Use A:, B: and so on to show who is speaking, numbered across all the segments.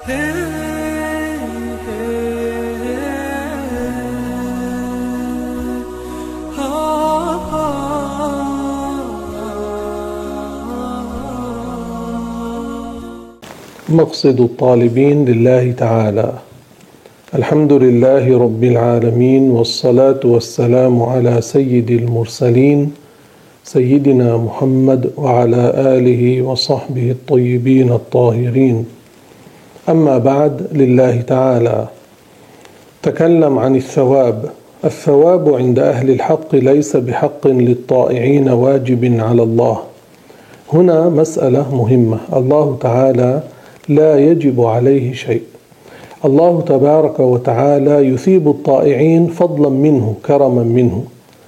A: مقصد الطالبين لله تعالى. الحمد لله رب العالمين، والصلاة والسلام على سيد المرسلين سيدنا محمد وعلى آله وصحبه الطيبين الطاهرين. أما بعد، لله تعالى. تكلم عن الثواب. الثواب عند أهل الحق ليس بحق للطائعين واجب على الله. هنا مسألة مهمة. الله تعالى لا يجب عليه شيء. الله تبارك وتعالى يثيب الطائعين فضلا منه كرما منه،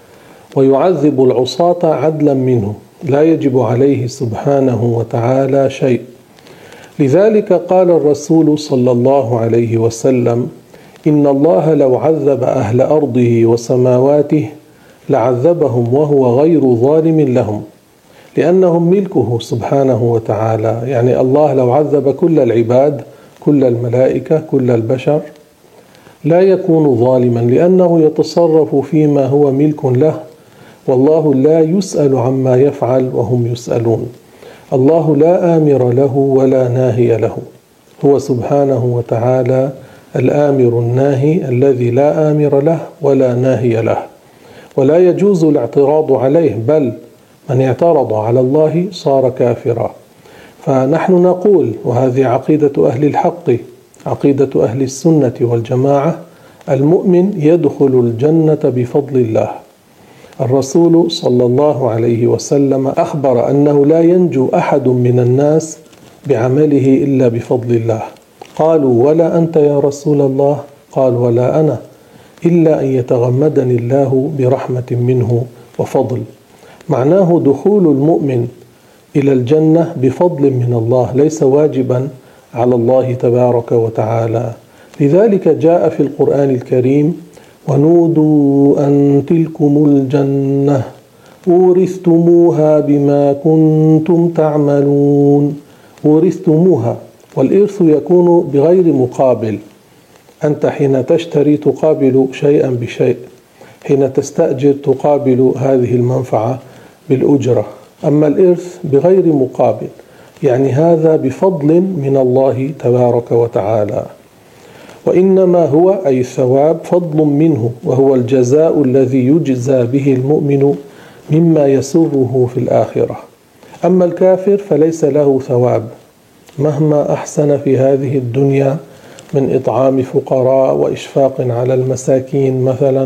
A: ويعذب العصاة عدلا منه. لا يجب عليه سبحانه وتعالى شيء. لذلك قال الرسول صلى الله عليه وسلم: إن الله لو عذب أهل أرضه وسماواته لعذبهم وهو غير ظالم لهم، لأنهم ملكه سبحانه وتعالى. يعني الله لو عذب كل العباد، كل الملائكة، كل البشر، لا يكون ظالما، لأنه يتصرف فيما هو ملك له، والله لا يسأل عما يفعل وهم يسألون. الله لا آمر له ولا ناهي له، هو سبحانه وتعالى الآمر الناهي الذي لا آمر له ولا ناهي له، ولا يجوز الاعتراض عليه، بل من اعترض على الله صار كافرا. فنحن نقول، وهذه عقيدة أهل الحق، عقيدة أهل السنة والجماعة: المؤمن يدخل الجنة بفضل الله. الرسول صلى الله عليه وسلم أخبر أنه لا ينجو أحد من الناس بعمله إلا بفضل الله. قالوا: ولا أنت يا رسول الله؟ قال: ولا أنا، إلا أن يتغمدني الله برحمة منه وفضل. معناه دخول المؤمن إلى الجنة بفضل من الله، ليس واجبا على الله تبارك وتعالى. لذلك جاء في القرآن الكريم: ونودوا أن تلكم الجنة أورثتموها بما كنتم تعملون. أورثتموها، والإرث يكون بغير مقابل. أنت حين تشتري تقابل شيئا بشيء، حين تستأجر تقابل هذه المنفعة بالأجرة. أما الإرث بغير مقابل، يعني هذا بفضل من الله تبارك وتعالى. وإنما هو أي الثواب فضل منه، وهو الجزاء الذي يجزى به المؤمن مما يسره في الآخرة. أما الكافر فليس له ثواب، مهما أحسن في هذه الدنيا من إطعام فقراء وإشفاق على المساكين مثلا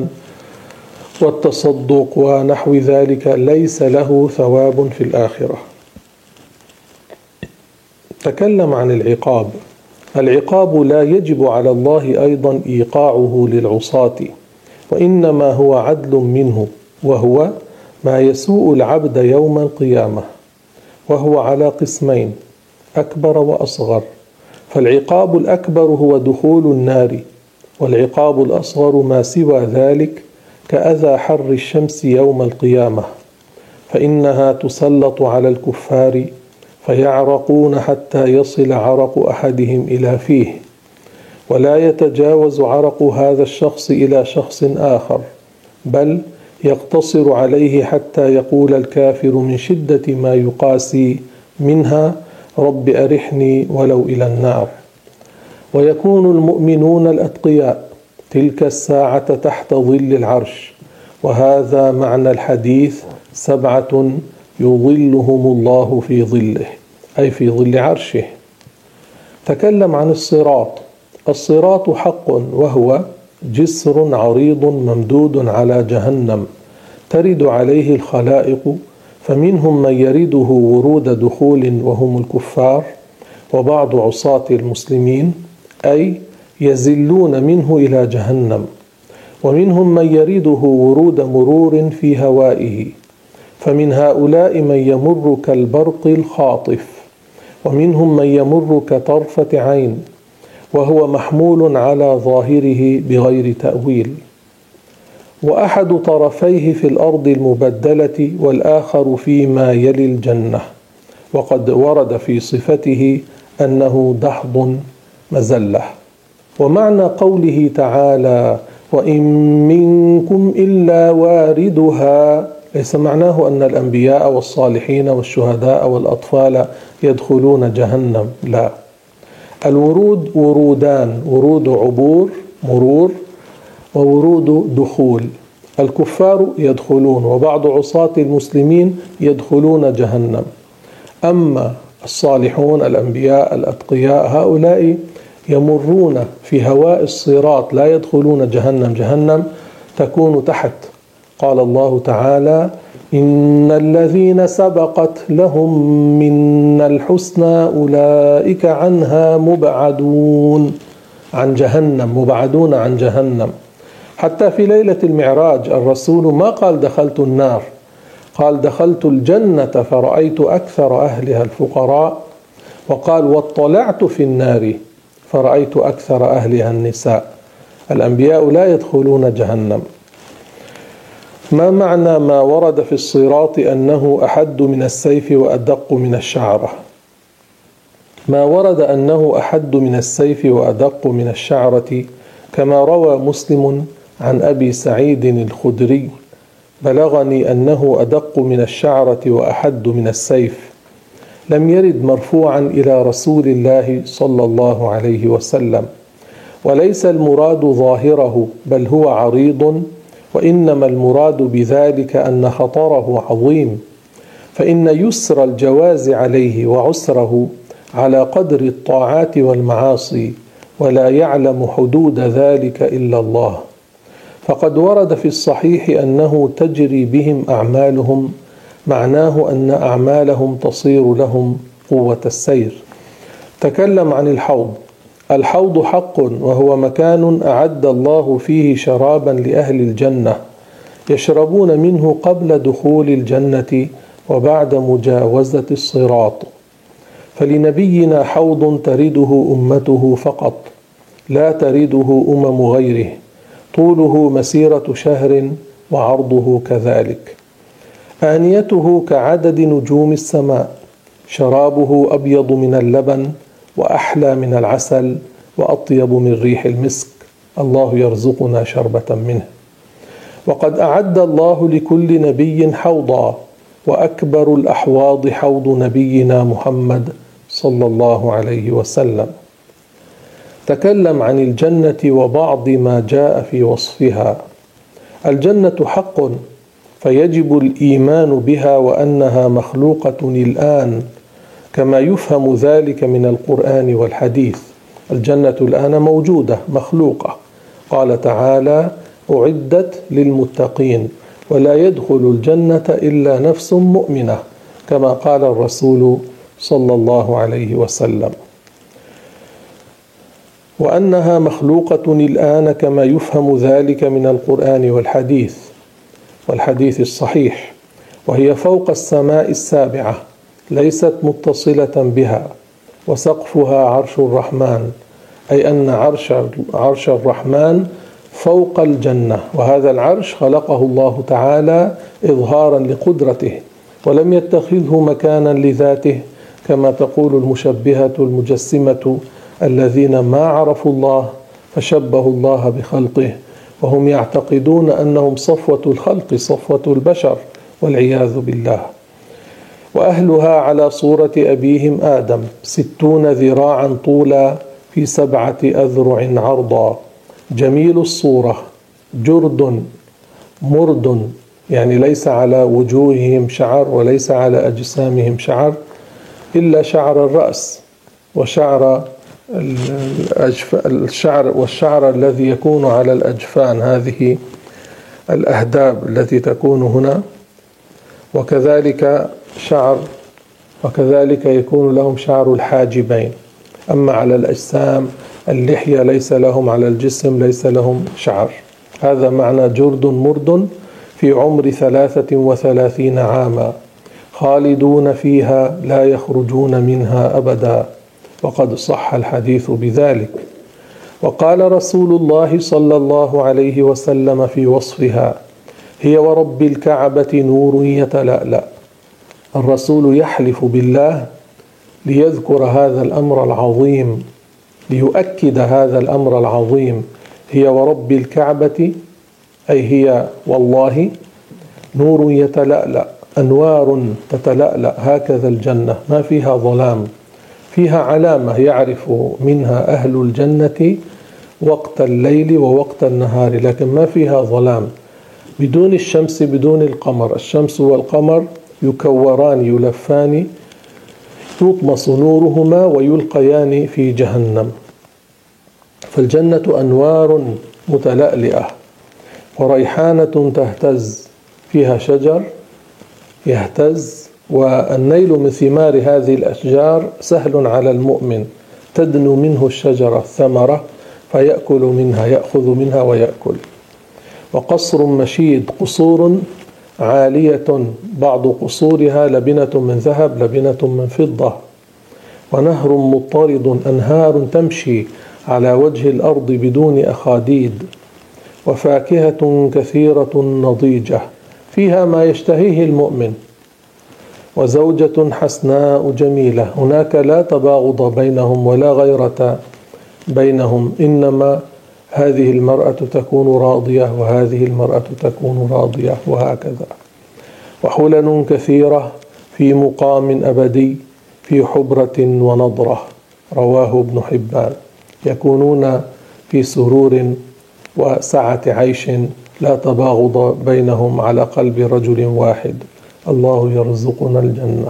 A: والتصدق ونحو ذلك، ليس له ثواب في الآخرة. تكلم عن العقاب. العقاب لا يجب على الله أيضا إيقاعه للعصاة، وإنما هو عدل منه، وهو ما يسوء العبد يوم القيامة، وهو على قسمين: أكبر وأصغر. فالعقاب الأكبر هو دخول النار، والعقاب الأصغر ما سوى ذلك، كأذى حر الشمس يوم القيامة، فإنها تسلط على الكفار فيعرقون حتى يصل عرق أحدهم إلى فيه، ولا يتجاوز عرق هذا الشخص إلى شخص آخر، بل يقتصر عليه حتى يقول الكافر من شدة ما يقاسي منها: رب أرحني ولو إلى النار. ويكون المؤمنون الأتقياء تلك الساعة تحت ظل العرش، وهذا معنى الحديث: 7 يظلهم الله في ظله، أي في ظل عرشه. تكلم عن الصراط. الصراط حق، وهو جسر عريض ممدود على جهنم ترد عليه الخلائق، فمنهم من يرده ورود دخول وهم الكفار وبعض عصاة المسلمين، أي يزلون منه إلى جهنم. ومنهم من يرده ورود مرور في هوائه، فمن هؤلاء من يمر كالبرق الخاطف، ومنهم من يمر كطرفة عين، وهو محمول على ظاهره بغير تأويل. وأحد طرفيه في الأرض المبدلة، والآخر فيما يلي الجنة، وقد ورد في صفته أنه دحض مزلة. ومعنى قوله تعالى وإن منكم إلا واردها ليس معناه أن الأنبياء والصالحين والشهداء والأطفال يدخلون جهنم، لا. الورود ورودان: ورود عبور مرور، وورود دخول. الكفار يدخلون، وبعض عصاة المسلمين يدخلون جهنم. أما الصالحون الأنبياء الأتقياء هؤلاء يمرون في هواء الصراط، لا يدخلون جهنم. جهنم تكون تحت. قال الله تعالى إن الذين سبقت لهم منا الحسنى أولئك عنها مبعدون، عن جهنم، مبعدون عن جهنم. حتى في ليلة المعراج الرسول ما قال دخلت النار، قال دخلت الجنة فرأيت أكثر أهلها الفقراء، وقال واطلعت في النار فرأيت أكثر أهلها النساء. الأنبياء لا يدخلون جهنم. ما معنى ما ورد في الصراط أنه أحد من السيف وأدق من الشعرة؟ ما ورد أنه أحد من السيف وأدق من الشعرة كما روى مسلم عن أبي سعيد الخدري بلغني أنه أدق من الشعرة وأحد من السيف. لم يرد مرفوعا إلى رسول الله صلى الله عليه وسلم، وليس المراد ظاهره بل هو عريض، وإنما المراد بذلك أن خطره عظيم، فإن يسر الجواز عليه وعسره على قدر الطاعات والمعاصي، ولا يعلم حدود ذلك إلا الله. فقد ورد في الصحيح أنه تجري بهم أعمالهم، معناه أن أعمالهم تصير لهم قوة السير. تكلم عن الحوض. الحوض حق، وهو مكان أعد الله فيه شرابا لأهل الجنة يشربون منه قبل دخول الجنة وبعد مجاوزة الصراط. فلنبينا حوض ترده أمته فقط، لا ترده أمم غيره، طوله مسيرة شهر وعرضه كذلك. آنيته كعدد نجوم السماء، شرابه أبيض من اللبن وأحلى من العسل وأطيب من ريح المسك. الله يرزقنا شربة منه. وقد أعد الله لكل نبي حوضا، وأكبر الأحواض حوض نبينا محمد صلى الله عليه وسلم. تكلم عن الجنة وبعض ما جاء في وصفها. الجنة حق، فيجب الإيمان بها وأنها مخلوقة الآن، كما يفهم ذلك من القرآن والحديث. الجنة الآن موجودة مخلوقة. قال تعالى أعدت للمتقين، ولا يدخل الجنة إلا نفس مؤمنة، كما قال الرسول صلى الله عليه وسلم. وأنها مخلوقة الآن كما يفهم ذلك من القرآن والحديث الصحيح، وهي فوق السماء السابعة، ليست متصلة بها، وسقفها عرش الرحمن، أي أن عرش الرحمن فوق الجنة، وهذا العرش خلقه الله تعالى إظهارا لقدرته، ولم يتخذه مكانا لذاته كما تقول المشبهة المجسمة الذين ما عرفوا الله فشبهوا الله بخلقه، وهم يعتقدون أنهم صفوة الخلق، صفوة البشر، والعياذ بالله. وأهلها على صورة أبيهم آدم، 60 ذراعا طولا في 7 أذرع عرضا، جميل الصورة، جرد مرد، يعني ليس على وجوههم شعر وليس على أجسامهم شعر إلا شعر الرأس وشعر والشعر الذي يكون على الأجفان، هذه الأهداب التي تكون هنا، وكذلك يكون لهم شعر الحاجبين. أما على الأجسام اللحية ليس لهم، على الجسم ليس لهم شعر. هذا معنى جرد مرد في عمر 33 عاما، خالدون فيها لا يخرجون منها أبدا، وقد صح الحديث بذلك. وقال رسول الله صلى الله عليه وسلم في وصفها: هي ورب الكعبة نور يتلألأ. الرسول يحلف بالله ليذكر هذا الأمر العظيم، ليؤكد هذا الأمر العظيم: هي ورب الكعبة، أي هي والله نور يتلألأ، أنوار تتلألأ، هكذا الجنة ما فيها ظلام، فيها علامة يعرف منها أهل الجنة وقت الليل ووقت النهار، لكن ما فيها ظلام، بدون الشمس بدون القمر. الشمس والقمر يكوران يلفان يطمس نورهما ويلقيان في جهنم. فالجنة أنوار متلألئة وريحانة تهتز، فيها شجر يهتز، والنيل من ثمار هذه الأشجار سهل على المؤمن، تدنو منه الشجرة الثمرة فيأكل منها، يأخذ منها ويأكل. وقصر مشيد، قصور عالية، بعض قصورها لبنة من ذهب لبنة من فضة. ونهر مضطرد، أنهار تمشي على وجه الأرض بدون أخاديد. وفاكهة كثيرة نضيجة، فيها ما يشتهيه المؤمن. وزوجة حسناء جميلة، هناك لا تباغض بينهم ولا غيرة بينهم، إنما هذه المرأة تكون راضية وهذه المرأة تكون راضية، وهكذا. وحلل كثيرة في مقام أبدي في حبرة ونضرة، رواه ابن حبان. يكونون في سرور وسعة عيش لا تباغض بينهم على قلب رجل واحد. الله يرزقنا الجنة.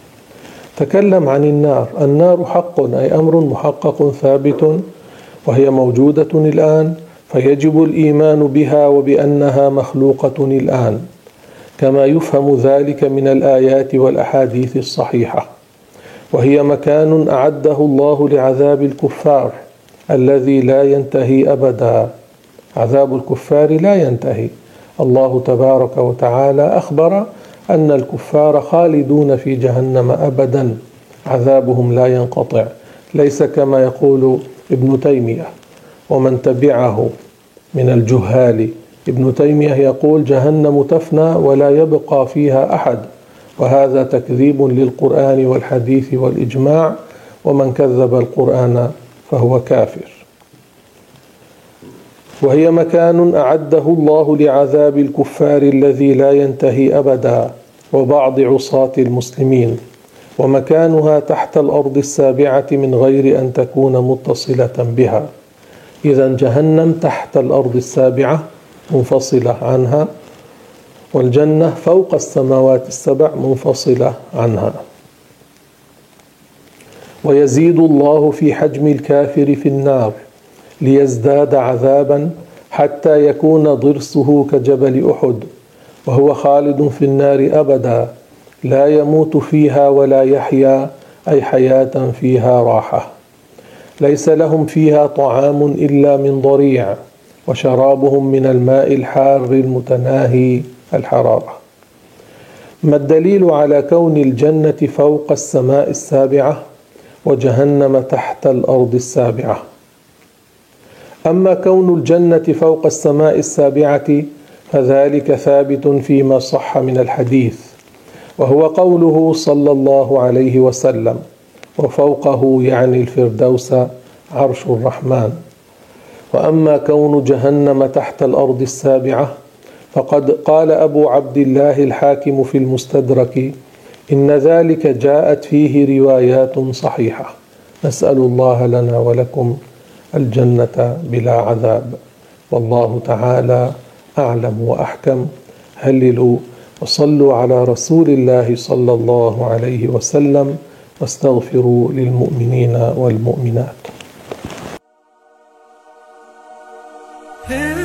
A: تكلم عن النار. النار حق، أي أمر محقق ثابت، وهي موجودة الآن، فيجب الإيمان بها وبأنها مخلوقة الآن، كما يفهم ذلك من الآيات والأحاديث الصحيحة. وهي مكان أعده الله لعذاب الكفار الذي لا ينتهي أبدا. عذاب الكفار لا ينتهي. الله تبارك وتعالى أخبر أن الكفار خالدون في جهنم أبدا، عذابهم لا ينقطع، ليس كما يقول ابن تيمية ومن تبعه من الجهال. ابن تيمية يقول جهنم تفنى ولا يبقى فيها أحد، وهذا تكذيب للقرآن والحديث والإجماع، ومن كذب القرآن فهو كافر. وهي مكان أعده الله لعذاب الكفار الذي لا ينتهي أبدا وبعض عصاة المسلمين. ومكانها تحت الأرض السابعة من غير أن تكون متصلة بها. إذن جهنم تحت الأرض السابعة منفصلة عنها، والجنة فوق السماوات السبع منفصلة عنها. ويزيد الله في حجم الكافر في النار ليزداد عذابا حتى يكون ضرسه كجبل أحد، وهو خالد في النار أبدا لا يموت فيها ولا يحيا، أي حياة فيها راحة. ليس لهم فيها طعام إلا من ضريع، وشرابهم من الماء الحار المتناهي الحرارة. ما الدليل على كون الجنة فوق السماء السابعة وجهنم تحت الأرض السابعة؟ أما كون الجنة فوق السماء السابعة فذلك ثابت فيما صح من الحديث، وهو قوله صلى الله عليه وسلم: وفوقه يعني الفردوس عرش الرحمن. وأما كون جهنم تحت الأرض السابعة فقد قال أبو عبد الله الحاكم في المستدرك: إن ذلك جاءت فيه روايات صحيحة. نسأل الله لنا ولكم الجنة بلا عذاب، والله تعالى أعلم وأحكم. هللوا وصلوا على رسول الله صلى الله عليه وسلم، واستغفروا للمؤمنين والمؤمنات.